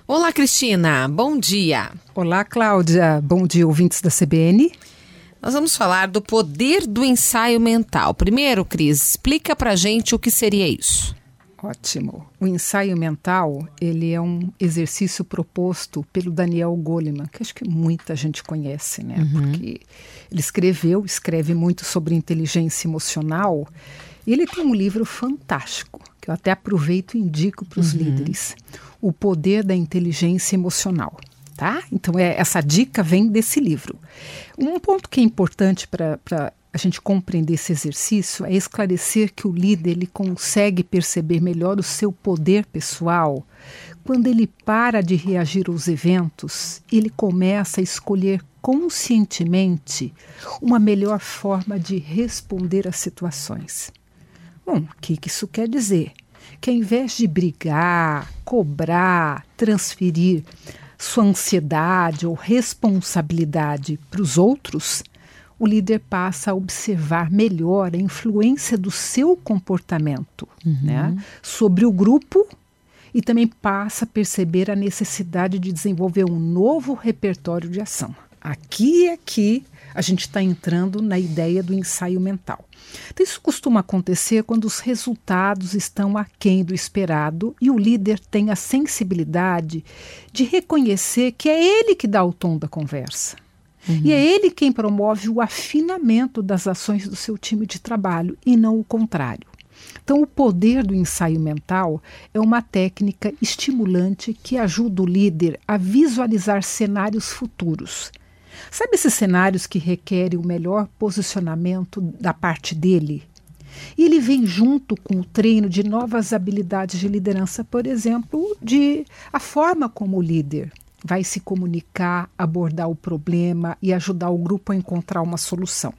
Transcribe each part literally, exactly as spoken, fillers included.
Olá, Cristina, bom dia. Olá, Cláudia, bom dia, ouvintes da C B N. Nós vamos falar do poder do ensaio mental. Primeiro, Cris, explica pra gente o que seria isso. Ótimo. O ensaio mental, ele é um exercício proposto pelo Daniel Goleman, que acho que muita gente conhece, né? Uhum. Porque ele escreveu, escreve muito sobre inteligência emocional, e ele tem um livro fantástico, que eu até aproveito e indico para os uhum. líderes, O Poder da Inteligência Emocional. Tá? Então, é, essa dica vem desse livro. Um ponto que é importante para a gente compreender esse exercício é esclarecer que o líder ele consegue perceber melhor o seu poder pessoal quando ele para de reagir aos eventos e ele começa a escolher conscientemente uma melhor forma de responder às situações. Bom, o que, que isso quer dizer? Que ao invés de brigar, cobrar, transferir sua ansiedade ou responsabilidade para os outros, o líder passa a observar melhor a influência do seu comportamento uhum. né, sobre o grupo e também passa a perceber a necessidade de desenvolver um novo repertório de ação. Aqui é que a gente está entrando na ideia do ensaio mental. Então, isso costuma acontecer quando os resultados estão aquém do esperado e o líder tem a sensibilidade de reconhecer que é ele que dá o tom da conversa. Uhum. E é ele quem promove o afinamento das ações do seu time de trabalho e não o contrário. Então, o poder do ensaio mental é uma técnica estimulante que ajuda o líder a visualizar cenários futuros. Sabe esses cenários que requerem o melhor posicionamento da parte dele? E ele vem junto com o treino de novas habilidades de liderança, por exemplo, de a forma como o líder vai se comunicar, abordar o problema e ajudar o grupo a encontrar uma solução.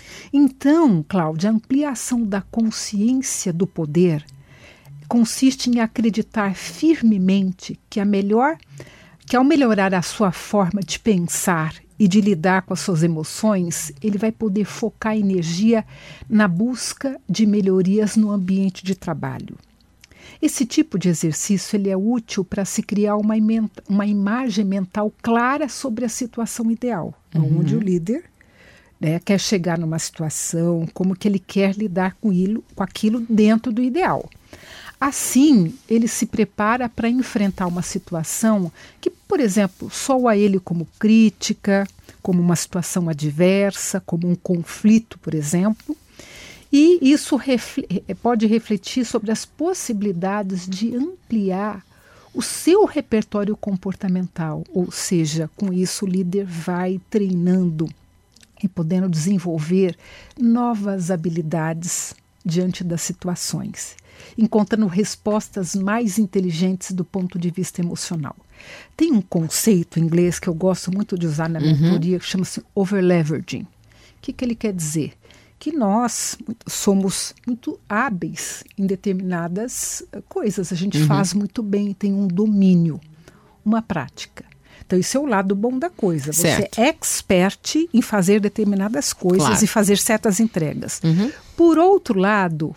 Então, Cláudia, a ampliação da consciência do poder consiste em acreditar firmemente que, a melhor, que ao melhorar a sua forma de pensar e de lidar com as suas emoções, ele vai poder focar energia na busca de melhorias no ambiente de trabalho. Esse tipo de exercício ele é útil para se criar uma, uma imagem mental clara sobre a situação ideal, uhum. onde o líder né, quer chegar numa situação, como que ele quer lidar com, ele, com aquilo dentro do ideal. Assim, ele se prepara para enfrentar uma situação que, por exemplo, soa a ele como crítica, como uma situação adversa, como um conflito, por exemplo, e isso refl- pode refletir sobre as possibilidades de ampliar o seu repertório comportamental, ou seja, com isso o líder vai treinando e podendo desenvolver novas habilidades diante das situações, encontrando respostas mais inteligentes do ponto de vista emocional. Tem um conceito em inglês que eu gosto muito de usar na mentoria uhum. que chama-se overleveraging. O que, que ele quer dizer? Que nós somos muito hábeis em determinadas coisas. A gente uhum. faz muito bem, tem um domínio, uma prática. Então, isso é o lado bom da coisa. Certo. Você é expert em fazer determinadas coisas claro. E fazer certas entregas. Uhum. Por outro lado,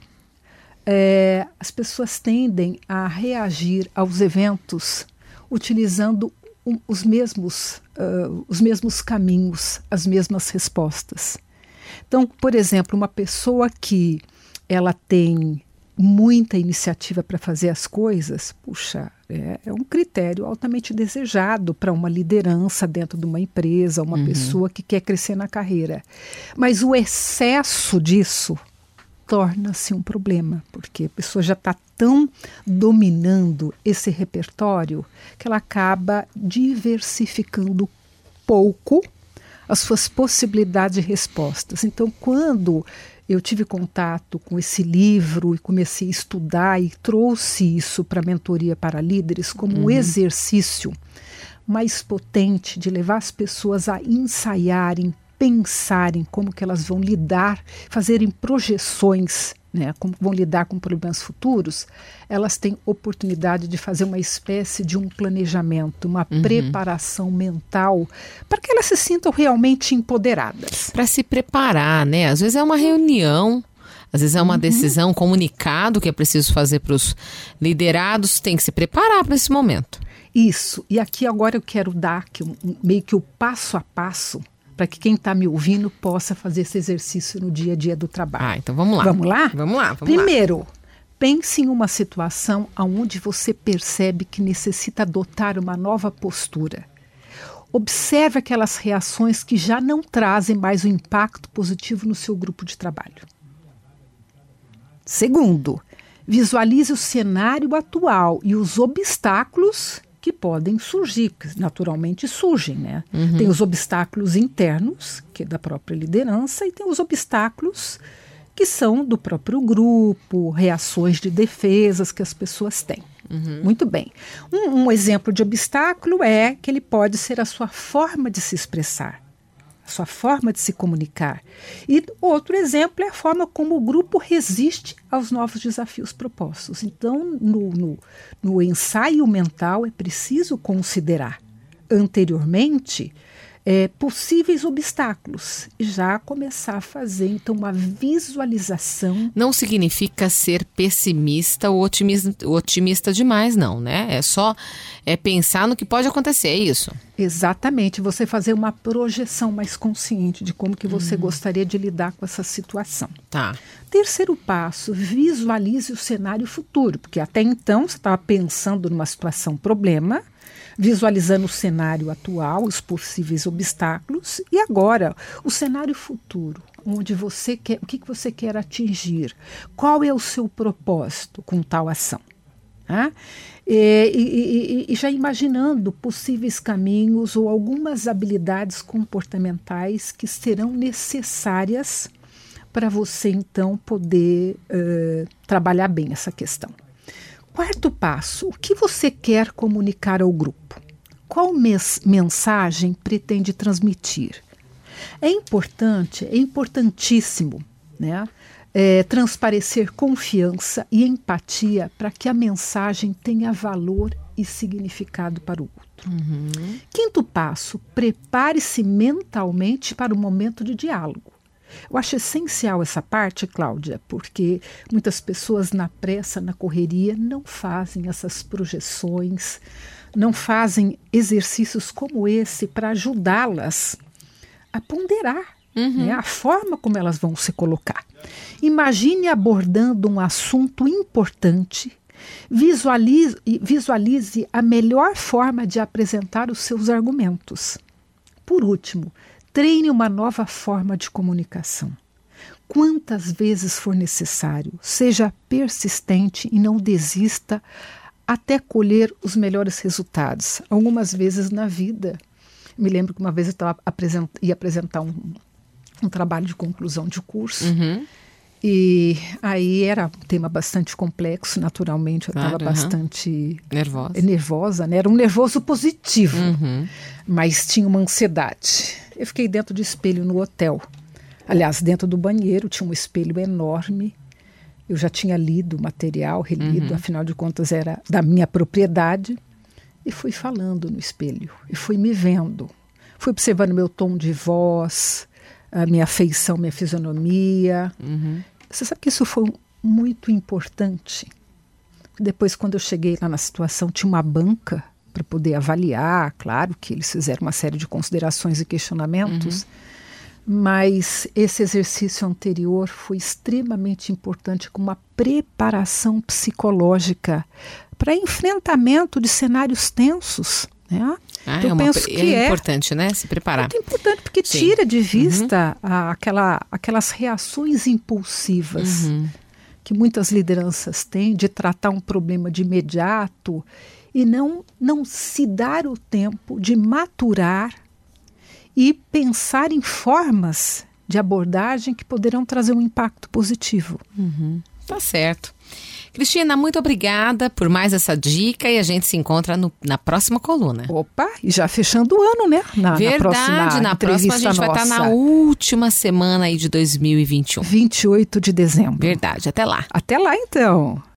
é, as pessoas tendem a reagir aos eventos utilizando um, os, mesmos, uh, os mesmos caminhos, as mesmas respostas. Então, por exemplo, uma pessoa que ela tem muita iniciativa para fazer as coisas, puxa, é, é um critério altamente desejado para uma liderança dentro de uma empresa, uma uhum. pessoa que quer crescer na carreira. Mas o excesso disso torna-se um problema, porque a pessoa já está tão dominando esse repertório que ela acaba diversificando pouco as suas possibilidades de respostas. Então, quando eu tive contato com esse livro e comecei a estudar e trouxe isso para a mentoria para líderes como uhum. um exercício mais potente de levar as pessoas a ensaiarem, pensarem como que elas vão lidar, fazerem projeções, né, como vão lidar com problemas futuros, elas têm oportunidade de fazer uma espécie de um planejamento, uma uhum. preparação mental para que elas se sintam realmente empoderadas. Para se preparar, né? Às vezes é uma reunião, às vezes é uma uhum. decisão, um comunicado que é preciso fazer para os liderados, tem que se preparar para esse momento. Isso. E aqui agora eu quero dar aqui um, um, meio que o passo a passo para que quem está me ouvindo possa fazer esse exercício no dia a dia do trabalho. Ah, então vamos lá. Vamos lá? Vamos lá, vamos Primeiro, lá. pense em uma situação onde você percebe que necessita adotar uma nova postura. Observe aquelas reações que já não trazem mais o impacto positivo no seu grupo de trabalho. Segundo, visualize o cenário atual e os obstáculos que podem surgir, que naturalmente surgem, né? Uhum. Tem os obstáculos internos, que é da própria liderança, e tem os obstáculos que são do próprio grupo, reações de defesas que as pessoas têm. Uhum. Muito bem. Um, um exemplo de obstáculo é que ele pode ser a sua forma de se expressar, a sua forma de se comunicar. E outro exemplo é a forma como o grupo resiste aos novos desafios propostos. Então, no, no, no ensaio mental é preciso considerar anteriormente É, possíveis obstáculos e já começar a fazer, então, uma visualização. Não significa ser pessimista ou otimista, otimista demais, não, né? É só é pensar no que pode acontecer, é isso? Exatamente, você fazer uma projeção mais consciente de como que você uhum. gostaria de lidar com essa situação. Tá. Terceiro passo, visualize o cenário futuro, porque até então você estava pensando numa situação problema, visualizando o cenário atual, os possíveis obstáculos, e agora o cenário futuro, onde você quer, o que, que você quer atingir, qual é o seu propósito com tal ação. Né? E, e, e, e já imaginando possíveis caminhos ou algumas habilidades comportamentais que serão necessárias para você então poder uh, trabalhar bem essa questão. Quarto passo, o que você quer comunicar ao grupo? Qual mes- mensagem pretende transmitir? É importante, é importantíssimo, né, é, transparecer confiança e empatia para que a mensagem tenha valor e significado para o outro. Uhum. Quinto passo, prepare-se mentalmente para o momento de diálogo. Eu acho essencial essa parte, Cláudia, porque muitas pessoas na pressa, na correria, não fazem essas projeções, não fazem exercícios como esse para ajudá-las a ponderar uhum. né, a forma como elas vão se colocar. Imagine abordando um assunto importante, visualize, visualize a melhor forma de apresentar os seus argumentos. Por último, treine uma nova forma de comunicação. Quantas vezes for necessário, seja persistente e não desista até colher os melhores resultados. Algumas vezes na vida, me lembro que uma vez eu tava apresent, ia apresentar um, um trabalho de conclusão de curso, uhum. e aí era um tema bastante complexo, naturalmente eu estava claro, uhum. bastante nervosa, nervosa né? Era um nervoso positivo, uhum. mas tinha uma ansiedade. Eu fiquei dentro do espelho no hotel. Aliás, dentro do banheiro tinha um espelho enorme. Eu já tinha lido o material, relido, uhum. afinal de contas era da minha propriedade. E fui falando no espelho. E fui me vendo. Fui observando meu tom de voz, a minha feição, minha fisionomia. Uhum. Você sabe que isso foi muito importante. Depois, quando eu cheguei lá na situação, tinha uma banca para poder avaliar, claro que eles fizeram uma série de considerações e questionamentos, uhum. mas esse exercício anterior foi extremamente importante com uma preparação psicológica para enfrentamento de cenários tensos. Né? Ah, então, é, eu uma, penso que é é importante, né? Se preparar. É muito importante porque Sim. tira de vista uhum. a, aquela, aquelas reações impulsivas uhum. que muitas lideranças têm de tratar um problema de imediato e não, não se dar o tempo de maturar e pensar em formas de abordagem que poderão trazer um impacto positivo. Uhum. Tá certo. Cristina, muito obrigada por mais essa dica e a gente se encontra no, na próxima coluna. Opa, e já fechando o ano, né? Na, Verdade, na próxima na próxima a gente nossa. vai estar na última semana aí de dois mil e vinte e um. vinte e oito de dezembro. Verdade, até lá. Até lá então.